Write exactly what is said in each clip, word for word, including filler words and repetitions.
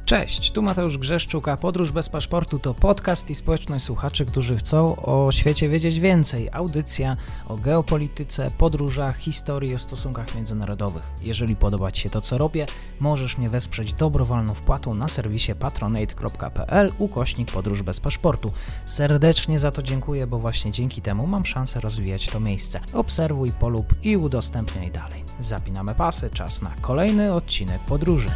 Cześć, tu Mateusz Grzeszczuk, a Podróż bez paszportu to podcast i społeczność słuchaczy, którzy chcą o świecie wiedzieć więcej. Audycja o geopolityce, podróżach, historii, o stosunkach międzynarodowych. Jeżeli podoba Ci się to, co robię, możesz mnie wesprzeć dobrowolną wpłatą na serwisie patronate kropka p l ukośnik podróż bez paszportu. Serdecznie za to dziękuję, bo właśnie dzięki temu mam szansę rozwijać to miejsce. Obserwuj, polub i udostępniaj dalej. Zapinamy pasy, czas na kolejny odcinek podróży.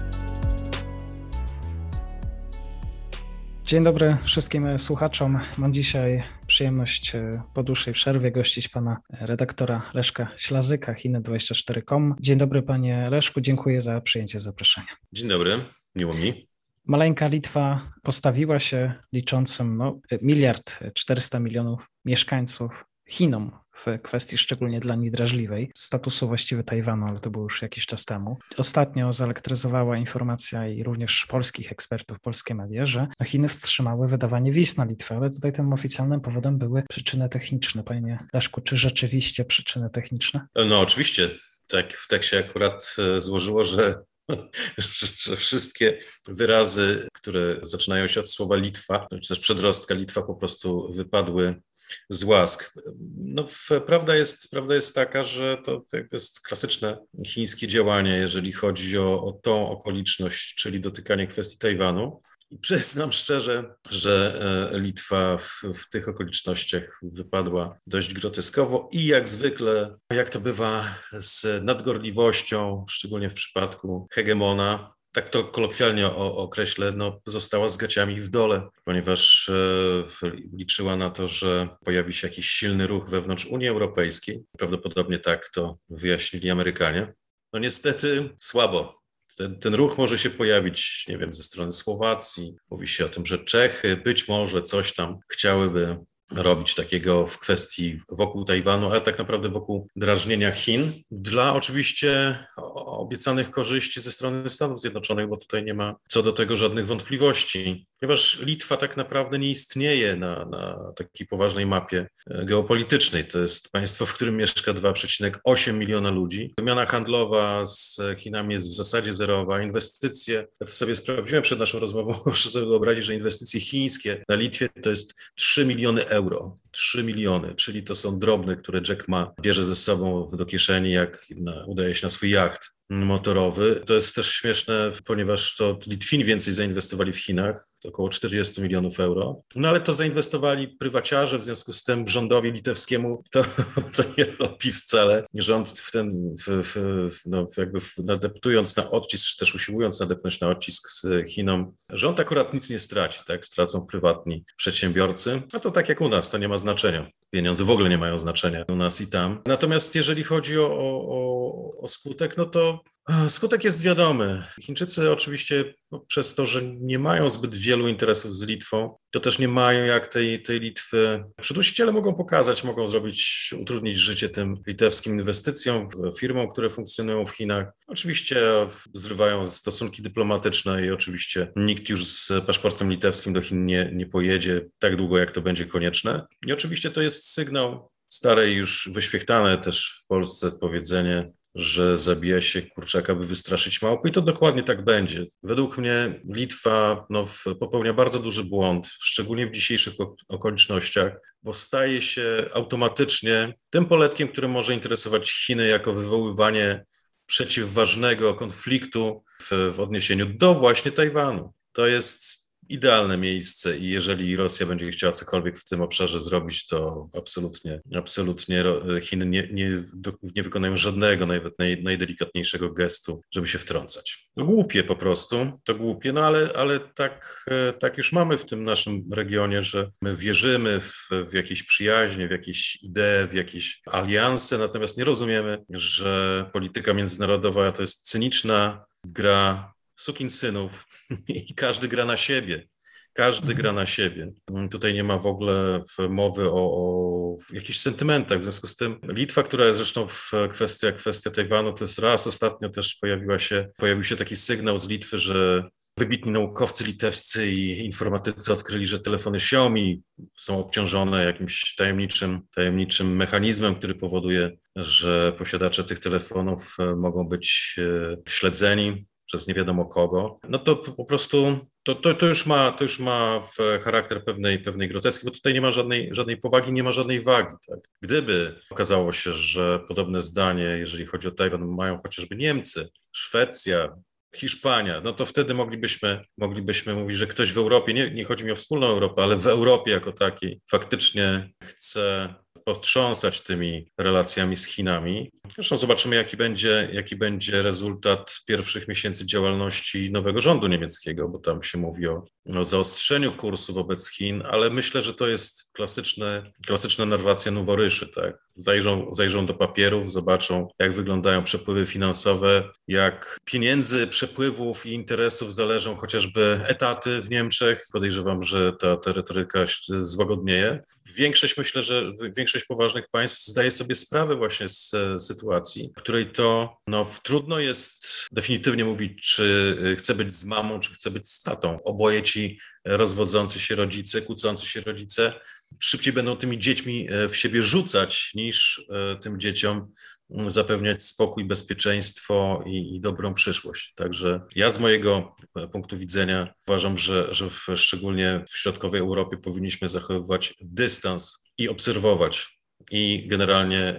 Dzień dobry wszystkim słuchaczom. Mam dzisiaj przyjemność po dłuższej przerwie gościć pana redaktora Leszka Ślazyka, Chiny dwadzieścia cztery kropka com. Dzień dobry panie Leszku, dziękuję za przyjęcie zaproszenia. Dzień dobry, miło mi. Maleńka Litwa postawiła się liczącym no, miliard czterysta milionów mieszkańców Chinom w kwestii szczególnie dla nich drażliwej, statusu właściwie Tajwanu, ale to było już jakiś czas temu. Ostatnio zaelektryzowała informacja i również polskich ekspertów, polskie media, że Chiny wstrzymały wydawanie wiz na Litwę, ale tutaj tym oficjalnym powodem były przyczyny techniczne. Panie Leszku, czy rzeczywiście przyczyny techniczne? No oczywiście, tak w tekście akurat złożyło, że że wszystkie wyrazy, które zaczynają się od słowa Litwa, czy też przedrostka Litwa po prostu wypadły z łask. No, prawda jest, prawda jest taka, że to jest klasyczne chińskie działanie, jeżeli chodzi o, o tą okoliczność, czyli dotykanie kwestii Tajwanu. I przyznam szczerze, że Litwa w, w tych okolicznościach wypadła dość groteskowo i jak zwykle, jak to bywa z nadgorliwością, szczególnie w przypadku hegemona, tak to kolokwialnie o, określę, no, została z gaciami w dole, ponieważ e, liczyła na to, że pojawi się jakiś silny ruch wewnątrz Unii Europejskiej. Prawdopodobnie tak to wyjaśnili Amerykanie. No niestety słabo. Ten, ten ruch może się pojawić, nie wiem, ze strony Słowacji. Mówi się o tym, że Czechy być może coś tam chciałyby robić takiego w kwestii wokół Tajwanu, ale tak naprawdę wokół drażnienia Chin dla oczywiście obiecanych korzyści ze strony Stanów Zjednoczonych, bo tutaj nie ma co do tego żadnych wątpliwości, ponieważ Litwa tak naprawdę nie istnieje na, na takiej poważnej mapie geopolitycznej. To jest państwo, w którym mieszka dwa przecinek osiem miliona ludzi. Wymiana handlowa z Chinami jest w zasadzie zerowa. Inwestycje, ja sobie sprawdziłem przed naszą rozmową, muszę sobie wyobrazić, że inwestycje chińskie na Litwie to jest trzy miliony euro. trzy miliony, czyli to są drobne, które Jack Ma bierze ze sobą do kieszeni, jak na, udaje się na swój jacht motorowy. To jest też śmieszne, ponieważ to Litwini więcej zainwestowali w Chinach, to około czterdzieści milionów euro, no ale to zainwestowali prywaciarze, w związku z tym rządowi litewskiemu to, to nie robi wcale. Rząd w ten, w, w, no jakby nadeptując na odcisk, czy też usiłując nadepnąć na odcisk z Chinom, rząd akurat nic nie straci, tak? Stracą prywatni przedsiębiorcy, no to tak jak u nas, to nie ma znaczenia. Pieniądze w ogóle nie mają znaczenia u nas i tam. Natomiast jeżeli chodzi o, o, o skutek, no to skutek jest wiadomy. Chińczycy oczywiście no, przez to, że nie mają zbyt wielu interesów z Litwą, to też nie mają jak tej, tej Litwy. Przedłużyciele mogą pokazać, mogą zrobić, utrudnić życie tym litewskim inwestycjom, firmom, które funkcjonują w Chinach. Oczywiście zrywają stosunki dyplomatyczne i oczywiście nikt już z paszportem litewskim do Chin nie, nie pojedzie tak długo, jak to będzie konieczne. I oczywiście to jest sygnał stare i już wyświechtane też w Polsce powiedzenie, że zabija się kurczaka, by wystraszyć małpy i to dokładnie tak będzie. Według mnie Litwa no, popełnia bardzo duży błąd, szczególnie w dzisiejszych okolicznościach, bo staje się automatycznie tym poletkiem, który może interesować Chiny jako wywoływanie przeciwważnego konfliktu w, w odniesieniu do właśnie Tajwanu. To jest idealne miejsce i jeżeli Rosja będzie chciała cokolwiek w tym obszarze zrobić, to absolutnie, absolutnie Chiny nie, nie, nie wykonają żadnego, nawet naj, najdelikatniejszego gestu, żeby się wtrącać. To głupie po prostu, to głupie, no ale, ale tak, tak już mamy w tym naszym regionie, że my wierzymy w, w jakieś przyjaźnie, w jakieś idee, w jakieś alianse, natomiast nie rozumiemy, że polityka międzynarodowa to jest cyniczna gra sukinsynów i każdy gra na siebie. Każdy gra na siebie. Tutaj nie ma w ogóle mowy o, o jakichś sentymentach. W związku z tym Litwa, która jest zresztą w kwestia, kwestia Tajwanu, to jest raz ostatnio też pojawiła się, pojawił się taki sygnał z Litwy, że wybitni naukowcy litewscy i informatycy odkryli, że telefony Xiaomi są obciążone jakimś tajemniczym, tajemniczym mechanizmem, który powoduje, że posiadacze tych telefonów mogą być śledzeni przez nie wiadomo kogo, no to po prostu to, to, to, już ma, to już ma charakter pewnej, pewnej groteski, bo tutaj nie ma żadnej, żadnej powagi, nie ma żadnej wagi. Tak? Gdyby okazało się, że podobne zdanie, jeżeli chodzi o Tajwan, mają chociażby Niemcy, Szwecja, Hiszpania, no to wtedy moglibyśmy, moglibyśmy mówić, że ktoś w Europie, nie, nie chodzi mi o wspólną Europę, ale w Europie jako takiej faktycznie chce potrząsać tymi relacjami z Chinami. Zresztą zobaczymy, jaki będzie, jaki będzie rezultat pierwszych miesięcy działalności nowego rządu niemieckiego, bo tam się mówi o, o zaostrzeniu kursu wobec Chin, ale myślę, że to jest klasyczne, klasyczna narracja noworyszy, tak? Zajrzą, zajrzą do papierów, zobaczą, jak wyglądają przepływy finansowe, jak pieniędzy, przepływów i interesów zależą chociażby etaty w Niemczech. Podejrzewam, że ta, ta retoryka złagodnieje. Większość, myślę, że większość poważnych państw zdaje sobie sprawę właśnie z sytuacji, w której to no, trudno jest definitywnie mówić, czy chce być z mamą, czy chce być z tatą. Oboje ci rozwodzący się rodzice, kłócący się rodzice szybciej będą tymi dziećmi w siebie rzucać, niż tym dzieciom zapewniać spokój, bezpieczeństwo i, i dobrą przyszłość. Także ja z mojego punktu widzenia uważam, że, że w, szczególnie w środkowej Europie powinniśmy zachowywać dystans i obserwować i generalnie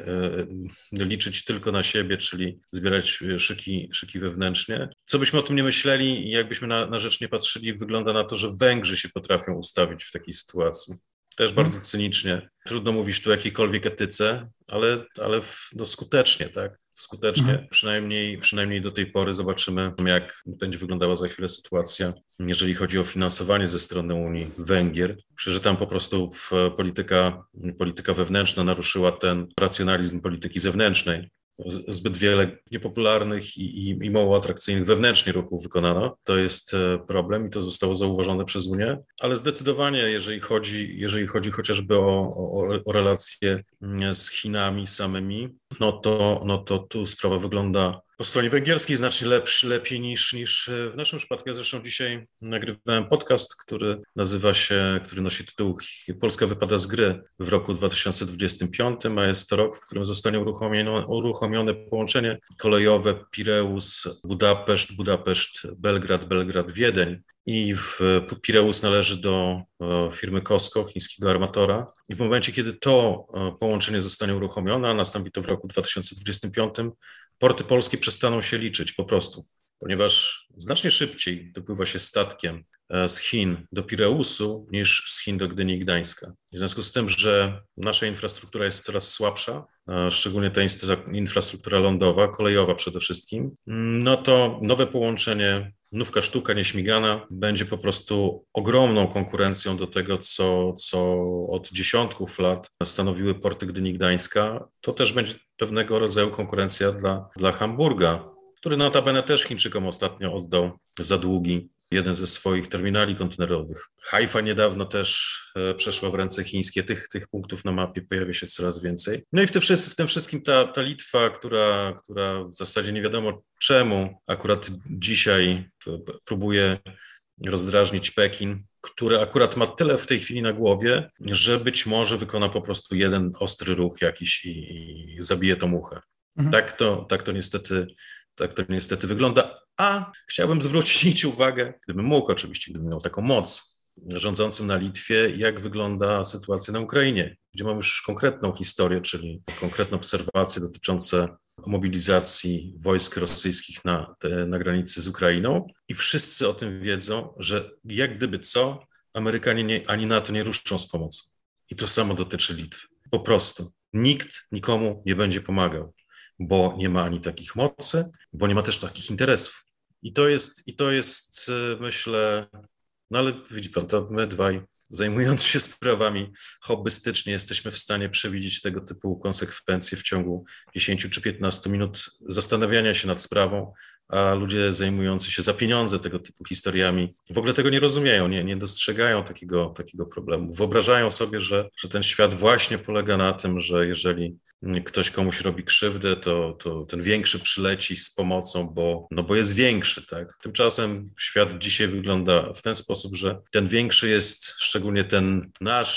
y, liczyć tylko na siebie, czyli zbierać szyki, szyki wewnętrznie. Co byśmy o tym nie myśleli i jakbyśmy na, na rzecz nie patrzyli, wygląda na to, że Węgrzy się potrafią ustawić w takiej sytuacji. Też bardzo cynicznie. Trudno mówić tu o jakiejkolwiek etyce, ale, ale no skutecznie, tak? Skutecznie. Mhm. Przynajmniej, przynajmniej do tej pory zobaczymy, jak będzie wyglądała za chwilę sytuacja, jeżeli chodzi o finansowanie ze strony Unii Węgier. Myślę, że tam po prostu polityka, polityka wewnętrzna naruszyła ten racjonalizm polityki zewnętrznej. Zbyt wiele niepopularnych i, i, i mało atrakcyjnych wewnętrznie ruchów wykonano. To jest problem i to zostało zauważone przez Unię, ale zdecydowanie, jeżeli chodzi, jeżeli chodzi chociażby o, o, o relacje z Chinami samymi, no to, no to tu sprawa wygląda po stronie węgierskiej znacznie lepszy, lepiej niż, niż w naszym przypadku. Ja zresztą dzisiaj nagrywałem podcast, który nazywa się, który nosi tytuł Polska wypada z gry w roku dwa tysiące dwudziestym piątym, a jest to rok, w którym zostanie uruchomione, uruchomione połączenie kolejowe Pireus, Budapeszt, Budapeszt, Belgrad, Belgrad, Wiedeń. I w Pireus należy do firmy COSCO, chińskiego armatora. I w momencie, kiedy to połączenie zostanie uruchomione, a nastąpi to w roku dwa tysiące dwudziestym piątym, porty polskie przestaną się liczyć po prostu, ponieważ znacznie szybciej dopływa się statkiem z Chin do Pireusu niż z Chin do Gdyni i Gdańska. W związku z tym, że nasza infrastruktura jest coraz słabsza, szczególnie ta infrastruktura lądowa, kolejowa przede wszystkim, no to nowe połączenie, nówka sztuka nieśmigana, będzie po prostu ogromną konkurencją do tego, co, co od dziesiątków lat stanowiły porty Gdyni i Gdańska. To też będzie pewnego rodzaju konkurencja dla, dla Hamburga, który notabene też Chińczykom ostatnio oddał za długi jeden ze swoich terminali kontenerowych. Haifa niedawno też e, przeszła w ręce chińskie. Tych, tych punktów na mapie pojawia się coraz więcej. No i w tym, w tym wszystkim ta, ta Litwa, która, która w zasadzie nie wiadomo czemu akurat dzisiaj próbuje rozdrażnić Pekin, który akurat ma tyle w tej chwili na głowie, że być może wykona po prostu jeden ostry ruch jakiś i, i zabije tą muchę. Mhm. Tak to, tak to niestety Tak to niestety wygląda, a chciałbym zwrócić uwagę, gdybym mógł oczywiście, gdybym miał taką moc, rządzącym na Litwie, jak wygląda sytuacja na Ukrainie, gdzie mamy już konkretną historię, czyli konkretne obserwacje dotyczące mobilizacji wojsk rosyjskich na, te, na granicy z Ukrainą i wszyscy o tym wiedzą, że jak gdyby co, Amerykanie nie, ani NATO nie ruszą z pomocą. I to samo dotyczy Litwy. Po prostu nikt nikomu nie będzie pomagał, bo nie ma ani takich mocy, bo nie ma też takich interesów. I to jest, i to jest myślę, no ale widzi pan, to my dwaj, zajmując się sprawami hobbystycznie, jesteśmy w stanie przewidzieć tego typu konsekwencje w ciągu dziesięciu czy piętnastu minut zastanawiania się nad sprawą, a ludzie zajmujący się za pieniądze tego typu historiami w ogóle tego nie rozumieją, nie, nie dostrzegają takiego, takiego problemu. Wyobrażają sobie, że, że ten świat właśnie polega na tym, że jeżeli ktoś komuś robi krzywdę, to, to ten większy przyleci z pomocą, bo, no bo jest większy, tak? Tymczasem świat dzisiaj wygląda w ten sposób, że ten większy jest, szczególnie ten nasz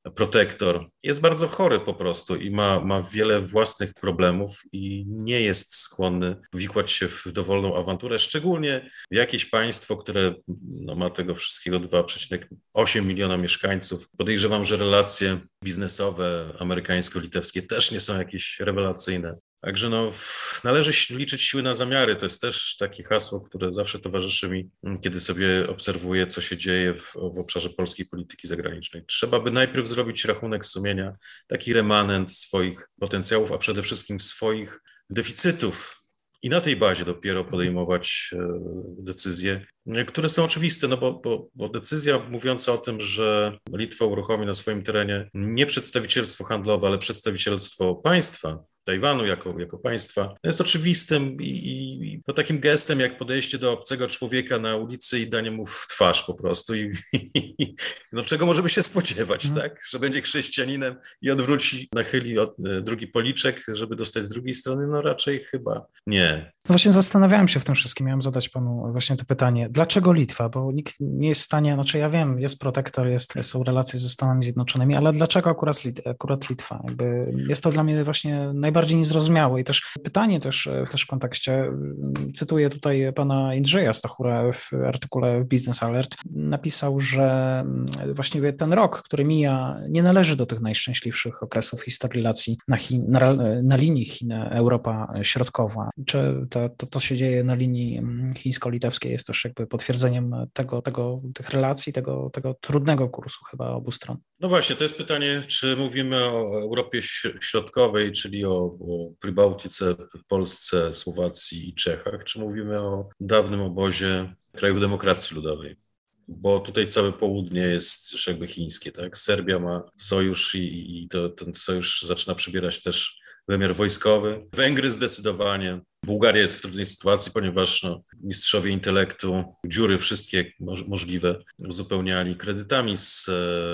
protektor, jest bardzo chory po prostu i ma, ma wiele własnych problemów i nie jest skłonny wikłać się w dowolną awanturę, szczególnie w jakieś państwo, które no, ma tego wszystkiego dwa przecinek osiem miliona mieszkańców. Podejrzewam, że relacje biznesowe amerykańsko-litewskie też nie są jakieś rewelacyjne. Także no, należy liczyć siły na zamiary. To jest też takie hasło, które zawsze towarzyszy mi, kiedy sobie obserwuję, co się dzieje w, w obszarze polskiej polityki zagranicznej. Trzeba by najpierw zrobić rachunek sumienia, taki remanent swoich potencjałów, a przede wszystkim swoich deficytów. I na tej bazie dopiero podejmować decyzje, które są oczywiste, no bo, bo, bo decyzja mówiąca o tym, że Litwa uruchomi na swoim terenie nie przedstawicielstwo handlowe, ale przedstawicielstwo państwa, Tajwanu jako, jako państwa, jest oczywistym i, i, i to takim gestem jak podejście do obcego człowieka na ulicy i danie mu w twarz po prostu. I, i, no czego możemy się spodziewać, mm. tak? Że będzie chrześcijaninem i odwróci, nachyli od, drugi policzek, żeby dostać z drugiej strony? No raczej chyba nie. Właśnie zastanawiałem się w tym wszystkim, miałem zadać panu właśnie to pytanie. Dlaczego Litwa? Bo nikt nie jest w stanie, znaczy ja wiem, jest protektor, jest, są relacje ze Stanami Zjednoczonymi, ale dlaczego akurat, Lit, akurat Litwa? Jakby jest to dla mnie właśnie najbardziej niezrozumiałe i też pytanie też, też w kontekście, cytuję tutaj pana Jędrzeja Stachura w artykule w Business Alert, napisał, że właściwie ten rok, który mija, nie należy do tych najszczęśliwszych okresów historii relacji na, Chin, na, na linii Chiny-Europa Środkowa. Czy to, to, to się dzieje na linii chińsko-litewskiej jest też jakby potwierdzeniem tego, tego, tych relacji, tego, tego trudnego kursu chyba obu stron? No właśnie, to jest pytanie, czy mówimy o Europie Środkowej, czyli o, o Prybałtyce, Polsce, Słowacji i Czechach, czy mówimy o dawnym obozie krajów demokracji ludowej? Bo tutaj całe południe jest już jakby chińskie, tak? Serbia ma sojusz i, i to, ten sojusz zaczyna przybierać też wymiar wojskowy. Węgry zdecydowanie. Bułgaria jest w trudnej sytuacji, ponieważ no, mistrzowie intelektu dziury wszystkie możliwe uzupełniali kredytami z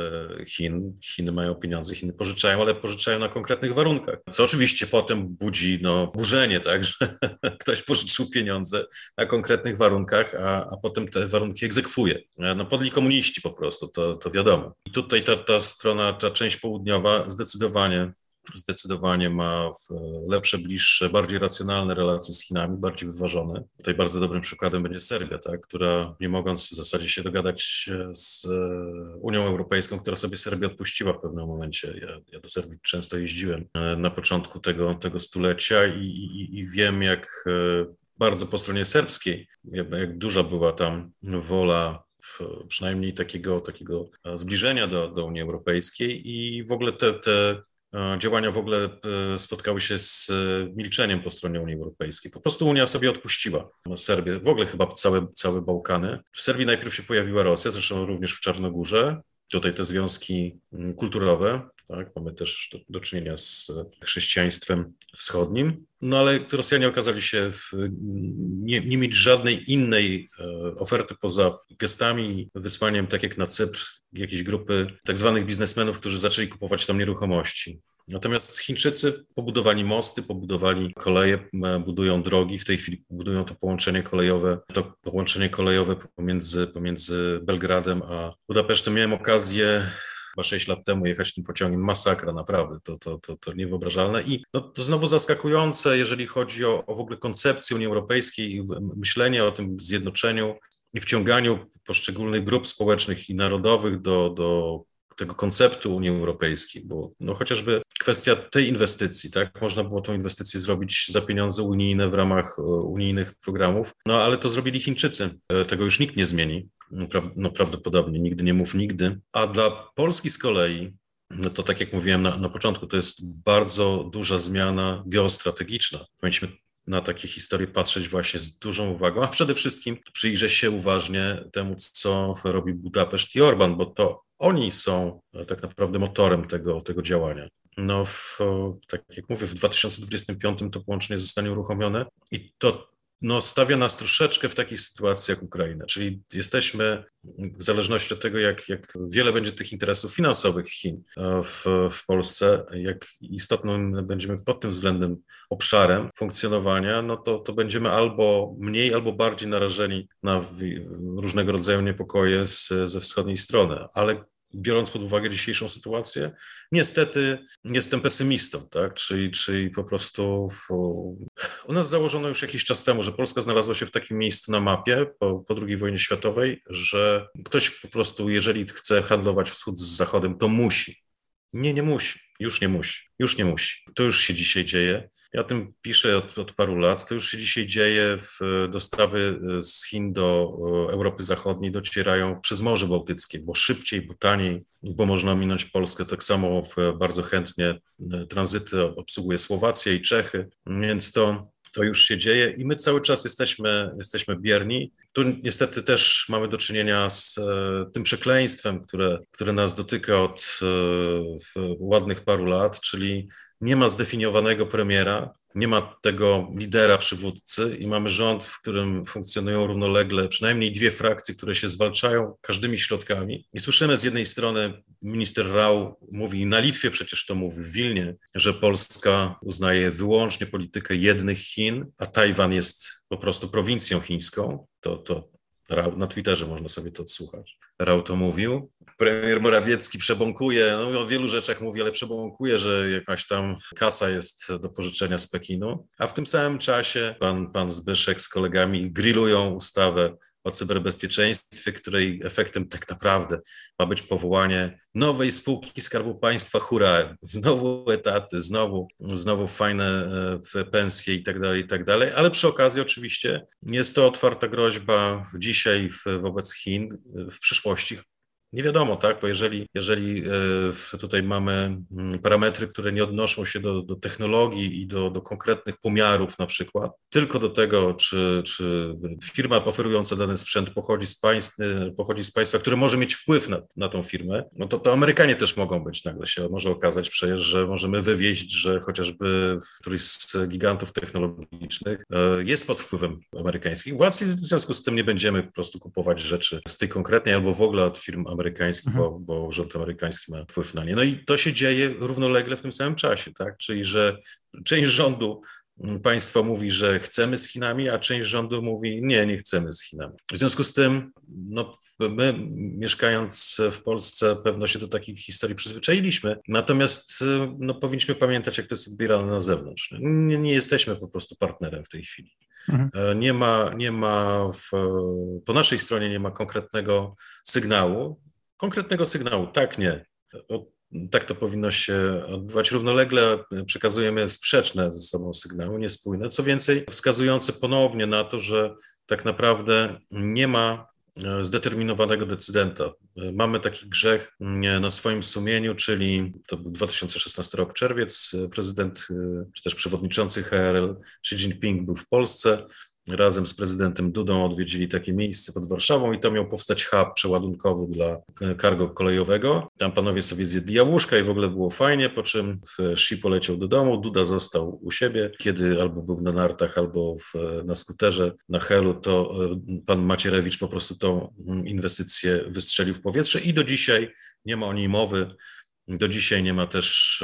Chin. Chiny mają pieniądze, Chiny pożyczają, ale pożyczają na konkretnych warunkach. Co oczywiście potem budzi no, burzenie, tak, że ktoś pożyczył pieniądze na konkretnych warunkach, a, a potem te warunki egzekwuje. No, podli komuniści po prostu, to, to wiadomo. I tutaj ta, ta strona, ta część południowa zdecydowanie Zdecydowanie ma lepsze, bliższe, bardziej racjonalne relacje z Chinami, bardziej wyważone. Tutaj bardzo dobrym przykładem będzie Serbia, tak, która nie mogąc w zasadzie się dogadać z Unią Europejską, która sobie Serbię odpuściła w pewnym momencie. Ja, ja do Serbii często jeździłem na początku tego, tego stulecia i, i, i wiem, jak bardzo po stronie serbskiej, jak duża była tam wola przynajmniej takiego, takiego zbliżenia do, do Unii Europejskiej i w ogóle te, te działania w ogóle spotkały się z milczeniem po stronie Unii Europejskiej. Po prostu Unia sobie odpuściła Serbię, w ogóle chyba całe, całe Bałkany. W Serbii najpierw się pojawiła Rosja, zresztą również w Czarnogórze. Tutaj te związki kulturowe, tak, mamy też do, do czynienia z chrześcijaństwem wschodnim, no ale Rosjanie okazali się w, nie, nie mieć żadnej innej oferty poza gestami, wysłaniem, tak jak na Cypr, jakiejś grupy tak zwanych biznesmenów, którzy zaczęli kupować tam nieruchomości. Natomiast Chińczycy pobudowali mosty, pobudowali koleje, budują drogi, w tej chwili budują to połączenie kolejowe, to połączenie kolejowe pomiędzy, pomiędzy Belgradem a Budapesztem. Miałem okazję chyba sześć lat temu jechać tym pociągiem, masakra naprawdę, to, to, to, to niewyobrażalne i no, to znowu zaskakujące, jeżeli chodzi o, o w ogóle koncepcję Unii Europejskiej i myślenie o tym zjednoczeniu i wciąganiu poszczególnych grup społecznych i narodowych do, do tego konceptu Unii Europejskiej, bo no chociażby kwestia tej inwestycji, tak, można było tą inwestycję zrobić za pieniądze unijne w ramach unijnych programów, no ale to zrobili Chińczycy, tego już nikt nie zmieni, no prawdopodobnie, nigdy nie mów nigdy, a dla Polski z kolei, no to tak jak mówiłem na, na początku, to jest bardzo duża zmiana geostrategiczna. Powinniśmy na takie historie patrzeć właśnie z dużą uwagą, a przede wszystkim przyjrzę się uważnie temu, co robi Budapeszt i Orbán, bo to oni są tak naprawdę motorem tego, tego działania. No, w, tak jak mówię, w dwa tysiące dwudziestym piątym to połączenie zostanie uruchomione i to no, stawia nas troszeczkę w takiej sytuacji jak Ukraina, czyli jesteśmy w zależności od tego, jak, jak wiele będzie tych interesów finansowych Chin w, w Polsce, jak istotnym będziemy pod tym względem obszarem funkcjonowania, no to, to będziemy albo mniej, albo bardziej narażeni na różnego rodzaju niepokoje z, ze wschodniej strony, ale biorąc pod uwagę dzisiejszą sytuację, niestety jestem pesymistą, tak? Czyli, czyli po prostu w, u nas założono już jakiś czas temu, że Polska znalazła się w takim miejscu na mapie po, po drugiej wojnie światowej, że ktoś po prostu, jeżeli chce handlować wschód z zachodem, to musi. Nie, nie musi. Już nie musi. Już nie musi. To już się dzisiaj dzieje. Ja o tym piszę od, od paru lat. To już się dzisiaj dzieje. W dostawy z Chin do Europy Zachodniej docierają przez Morze Bałtyckie, bo szybciej, bo taniej, bo można ominąć Polskę. Tak samo bardzo chętnie tranzyty obsługuje Słowacja i Czechy, więc to To już się dzieje i my cały czas jesteśmy, jesteśmy bierni. Tu niestety też mamy do czynienia z e, tym przekleństwem, które, które nas dotyka od e, ładnych paru lat, czyli nie ma zdefiniowanego premiera, nie ma tego lidera, przywódcy i mamy rząd, w którym funkcjonują równolegle przynajmniej dwie frakcje, które się zwalczają każdymi środkami. I słyszymy z jednej strony, minister Rau mówi, na Litwie przecież to mówi, w Wilnie, że Polska uznaje wyłącznie politykę jednych Chin, a Tajwan jest po prostu prowincją chińską. To, to Rau, na Twitterze można sobie to odsłuchać. Rau to mówił. Premier Morawiecki przebąkuje, no o wielu rzeczach mówi, ale przebąkuje, że jakaś tam kasa jest do pożyczenia z Pekinu, a w tym samym czasie pan, pan Zbyszek z kolegami grillują ustawę o cyberbezpieczeństwie, której efektem tak naprawdę ma być powołanie nowej spółki Skarbu Państwa, hurra, znowu etaty, znowu, znowu fajne pensje i tak dalej, i tak dalej, ale przy okazji oczywiście jest to otwarta groźba dzisiaj wobec Chin, w przyszłości. Nie wiadomo, tak, bo jeżeli, jeżeli tutaj mamy parametry, które nie odnoszą się do, do technologii i do, do konkretnych pomiarów na przykład, tylko do tego, czy, czy firma oferująca dany sprzęt pochodzi z państw, pochodzi z państwa, które może mieć wpływ na, na tą firmę, no to, to Amerykanie też mogą być, nagle się może okazać przecież, że możemy wywieźć, że chociażby któryś z gigantów technologicznych jest pod wpływem amerykańskich władz i w związku z tym nie będziemy po prostu kupować rzeczy z tej konkretnej albo w ogóle od firm amerykańskich. amerykański, mhm. bo, bo rząd amerykański ma wpływ na nie. No i to się dzieje równolegle w tym samym czasie, tak? Czyli, że część rządu państwa mówi, że chcemy z Chinami, a część rządu mówi, nie, nie chcemy z Chinami. W związku z tym, no, my mieszkając w Polsce pewno się do takich historii przyzwyczailiśmy, natomiast no, powinniśmy pamiętać, jak to jest odbierane na zewnątrz. Nie, nie jesteśmy po prostu partnerem w tej chwili. Mhm. Nie ma, nie ma w, po naszej stronie nie ma konkretnego sygnału, konkretnego sygnału, tak, nie. O, tak to powinno się odbywać. Równolegle przekazujemy sprzeczne ze sobą sygnały, niespójne, co więcej wskazujące ponownie na to, że tak naprawdę nie ma zdeterminowanego decydenta. Mamy taki grzech na swoim sumieniu, czyli to był dwa tysiące szesnasty rok, czerwiec, prezydent czy też przewodniczący H R L Xi Jinping był w Polsce. Razem z prezydentem Dudą odwiedzili takie miejsce pod Warszawą i tam miał powstać hub przeładunkowy dla cargo kolejowego. Tam panowie sobie zjedli jabłuszka i w ogóle było fajnie, po czym Xi poleciał do domu, Duda został u siebie. Kiedy albo był na nartach, albo w, na skuterze, na helu, to pan Macierewicz po prostu tą inwestycję wystrzelił w powietrze i do dzisiaj nie ma o niej mowy. Do dzisiaj nie ma też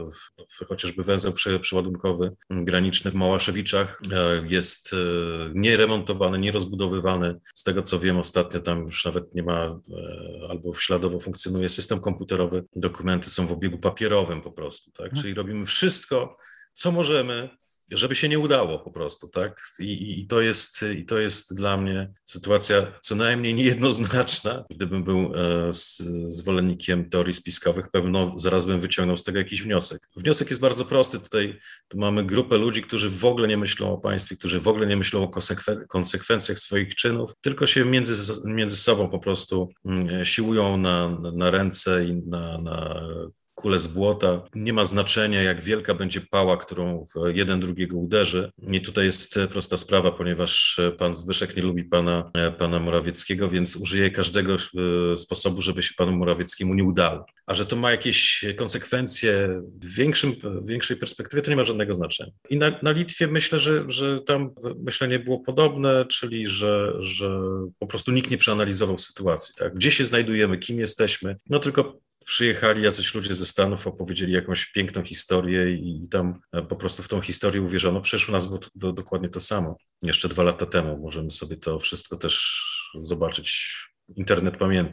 e, chociażby węzeł przeładunkowy graniczny w Małaszewiczach. E, jest e, nieremontowany, nierozbudowywany. Z tego co wiem, ostatnio tam już nawet nie ma e, albo śladowo funkcjonuje system komputerowy. Dokumenty są w obiegu papierowym po prostu, tak? Czyli robimy wszystko, co możemy, żeby się nie udało po prostu, tak? I, i, to jest, i to jest dla mnie sytuacja co najmniej niejednoznaczna. Gdybym był e, z, zwolennikiem teorii spiskowych, pewno zaraz bym wyciągnął z tego jakiś wniosek. Wniosek jest bardzo prosty. Tutaj tu mamy grupę ludzi, którzy w ogóle nie myślą o państwie, którzy w ogóle nie myślą o konsekwen- konsekwencjach swoich czynów, tylko się między, między sobą po prostu mm, siłują na, na ręce i na, na kulę z błota. Nie ma znaczenia, jak wielka będzie pała, którą jeden drugiego uderzy. I tutaj jest prosta sprawa, ponieważ pan Zbyszek nie lubi pana, pana Morawieckiego, więc użyje każdego sposobu, żeby się panu Morawieckiemu nie udało. A że to ma jakieś konsekwencje w większym, w większej perspektywie, to nie ma żadnego znaczenia. I na, na Litwie myślę, że, że tam myślenie było podobne, czyli że, że po prostu nikt nie przeanalizował sytuacji. Tak? Gdzie się znajdujemy, kim jesteśmy, no tylko przyjechali jacyś ludzie ze Stanów, opowiedzieli jakąś piękną historię i tam po prostu w tą historię uwierzono. Przecież u nas było to, to, dokładnie to samo. Jeszcze dwa lata temu możemy sobie to wszystko też zobaczyć. Internet pamięta.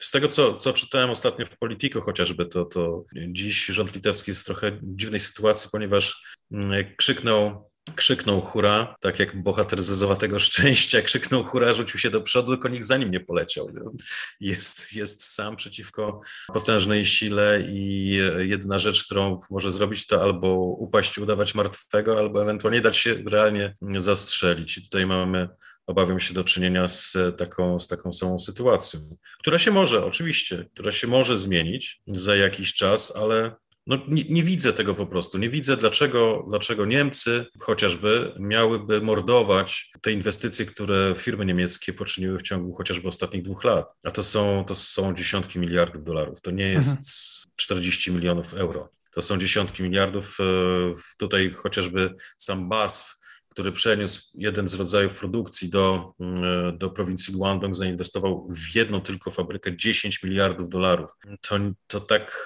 Z tego, co, co czytałem ostatnio w Politico chociażby, to, to dziś rząd litewski jest w trochę dziwnej sytuacji, ponieważ krzyknął, krzyknął hurra, tak jak bohater ze Złotego Szczęścia, krzyknął hurra, rzucił się do przodu, tylko nikt za nim nie poleciał. Jest, jest sam przeciwko potężnej sile i jedyna rzecz, którą może zrobić, to albo upaść, udawać martwego, albo ewentualnie dać się realnie zastrzelić. I tutaj mamy, obawiam się, do czynienia z taką, z taką samą sytuacją, która się może, oczywiście, która się może zmienić za jakiś czas, ale no nie, nie widzę tego po prostu. Nie widzę, dlaczego, dlaczego Niemcy chociażby miałyby mordować te inwestycje, które firmy niemieckie poczyniły w ciągu chociażby ostatnich dwóch lat. A to są, to są dziesiątki miliardów dolarów. To nie jest mhm. czterdzieści milionów euro. To są dziesiątki miliardów. Tutaj chociażby sam B A S F, który przeniósł jeden z rodzajów produkcji do, do prowincji Guangdong, zainwestował w jedną tylko fabrykę dziesięć miliardów dolarów. To, to, tak,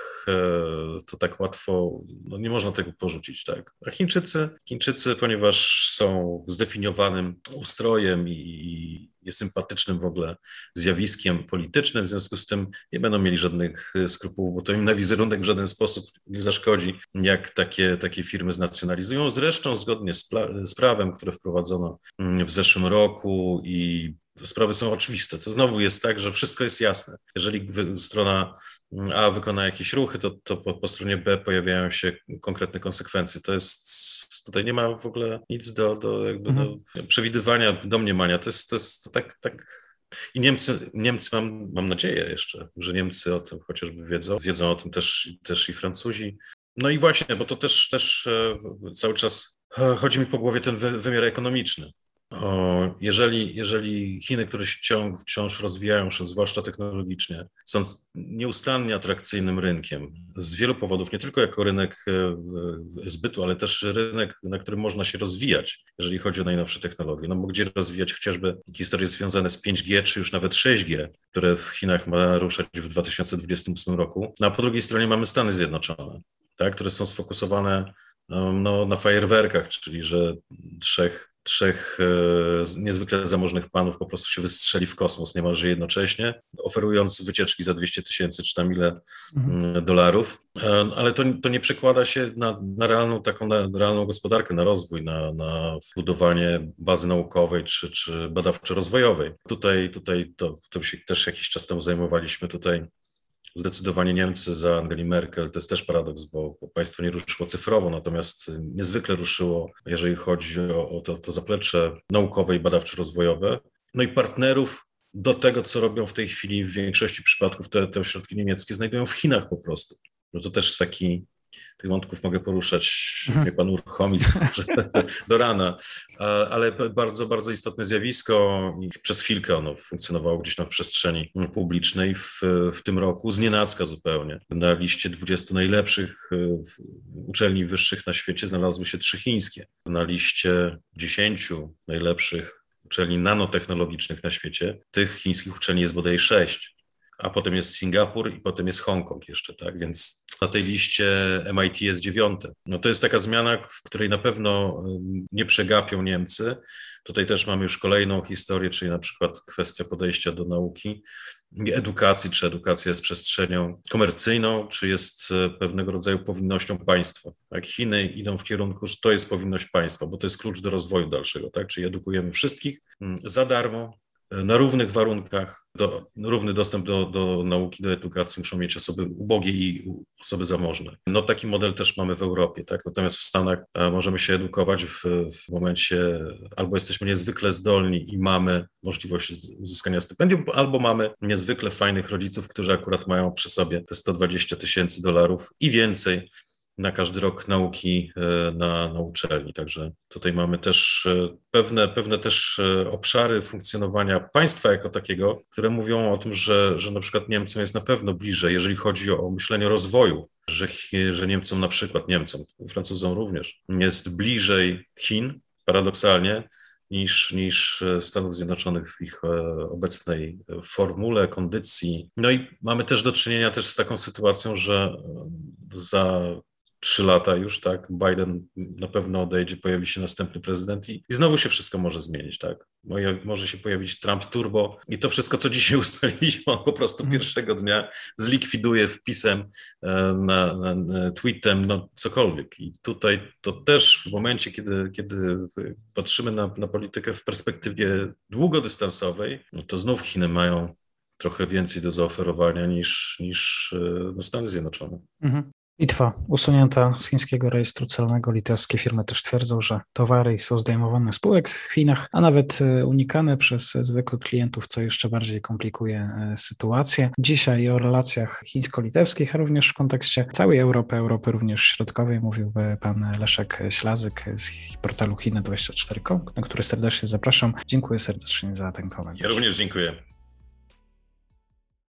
to tak łatwo, no nie można tego porzucić, tak. A Chińczycy, Chińczycy, ponieważ są zdefiniowanym ustrojem i niesympatycznym w ogóle zjawiskiem politycznym, w związku z tym nie będą mieli żadnych skrupułów, bo to im na wizerunek w żaden sposób nie zaszkodzi, jak takie, takie firmy znacjonalizują. Zresztą zgodnie z, z prawem, które wprowadzono w zeszłym roku, i sprawy są oczywiste. To znowu jest tak, że wszystko jest jasne. Jeżeli strona A wykona jakieś ruchy, to, to po, po stronie B pojawiają się konkretne konsekwencje. To jest, tutaj nie ma w ogóle nic do, do, jakby mhm. do przewidywania, domniemania. To jest, to jest to tak, tak. I Niemcy, Niemcy mam, mam nadzieję jeszcze, że Niemcy o tym chociażby wiedzą. Wiedzą o tym też, też i Francuzi. No i właśnie, bo to też, też cały czas chodzi mi po głowie ten wymiar ekonomiczny. O, jeżeli, jeżeli Chiny, które się wciąż, wciąż rozwijają, zwłaszcza technologicznie, są nieustannie atrakcyjnym rynkiem z wielu powodów, nie tylko jako rynek zbytu, ale też rynek, na którym można się rozwijać, jeżeli chodzi o najnowsze technologie. No bo gdzie rozwijać chociażby historie związane z pięć G, czy już nawet sześć G, które w Chinach ma ruszać w dwa tysiące dwudziestym ósmym roku. No a po drugiej stronie mamy Stany Zjednoczone, tak, które są sfokusowane no, na fajerwerkach, czyli że trzech Trzech e, niezwykle zamożnych panów po prostu się wystrzeli w kosmos niemalże jednocześnie, oferując wycieczki za dwieście tysięcy czy tam ile mhm. dolarów, e, ale to, to nie przekłada się na, na realną taką na realną gospodarkę, na rozwój, na, na budowanie bazy naukowej czy, czy badawczo-rozwojowej. Tutaj, tutaj to, to się też jakiś czas temu zajmowaliśmy tutaj. Zdecydowanie Niemcy za Angeli Merkel, to jest też paradoks, bo państwo nie ruszyło cyfrowo, natomiast niezwykle ruszyło, jeżeli chodzi o, o to, to zaplecze naukowe i badawczo-rozwojowe. No i partnerów do tego, co robią w tej chwili w większości przypadków te, te ośrodki niemieckie, znajdują w Chinach po prostu. No to też taki, tych wątków mogę poruszać, mnie pan uruchomi do rana, ale bardzo, bardzo istotne zjawisko i przez chwilkę ono funkcjonowało gdzieś tam w przestrzeni publicznej w, w tym roku, znienacka zupełnie. Na liście dwudziestu najlepszych uczelni wyższych na świecie znalazły się trzy chińskie. Na liście dziesięciu najlepszych uczelni nanotechnologicznych na świecie tych chińskich uczelni jest bodaj sześć. A potem jest Singapur i potem jest Hongkong jeszcze, tak? Więc na tej liście M I T jest dziewiąte. No to jest taka zmiana, w której na pewno nie przegapią Niemcy. Tutaj też mamy już kolejną historię, czyli na przykład kwestia podejścia do nauki i edukacji, czy edukacja jest przestrzenią komercyjną, czy jest pewnego rodzaju powinnością państwa. Tak? Chiny idą w kierunku, że to jest powinność państwa, bo to jest klucz do rozwoju dalszego, tak? Czyli edukujemy wszystkich za darmo, na równych warunkach, do, równy dostęp do, do nauki, do edukacji muszą mieć osoby ubogie i osoby zamożne. No taki model też mamy w Europie, tak? Natomiast w Stanach możemy się edukować w, w momencie, albo jesteśmy niezwykle zdolni i mamy możliwość uzyskania stypendium, albo mamy niezwykle fajnych rodziców, którzy akurat mają przy sobie te sto dwadzieścia tysięcy dolarów i więcej na każdy rok nauki na, na uczelni. Także tutaj mamy też pewne, pewne też obszary funkcjonowania państwa jako takiego, które mówią o tym, że, że na przykład Niemcom jest na pewno bliżej, jeżeli chodzi o myślenie o rozwoju, że, że Niemcom na przykład, Niemcom, Francuzom również, jest bliżej Chin, paradoksalnie, niż, niż Stanów Zjednoczonych w ich obecnej formule, kondycji. No i mamy też do czynienia też z taką sytuacją, że za trzy lata już, tak? Biden na pewno odejdzie, pojawi się następny prezydent i, i znowu się wszystko może zmienić, tak? Może się pojawić Trump turbo i to wszystko, co dzisiaj ustaliliśmy, on po prostu pierwszego dnia zlikwiduje wpisem, na, na, na tweetem, no cokolwiek. I tutaj to też w momencie, kiedy, kiedy patrzymy na, na politykę w perspektywie długodystansowej, no to znów Chiny mają trochę więcej do zaoferowania niż, niż no, Stany Zjednoczone. Mhm. Litwa usunięta z chińskiego rejestru celnego. Litewskie firmy też twierdzą, że towary są zdejmowane z spółek w Chinach, a nawet unikane przez zwykłych klientów, co jeszcze bardziej komplikuje sytuację. Dzisiaj o relacjach chińsko-litewskich, a również w kontekście całej Europy, Europy również środkowej, mówił pan Leszek Ślazyk z portalu Chiny dwadzieścia cztery kropka com, na który serdecznie zapraszam. Dziękuję serdecznie za ten komentarz. Ja również dziękuję.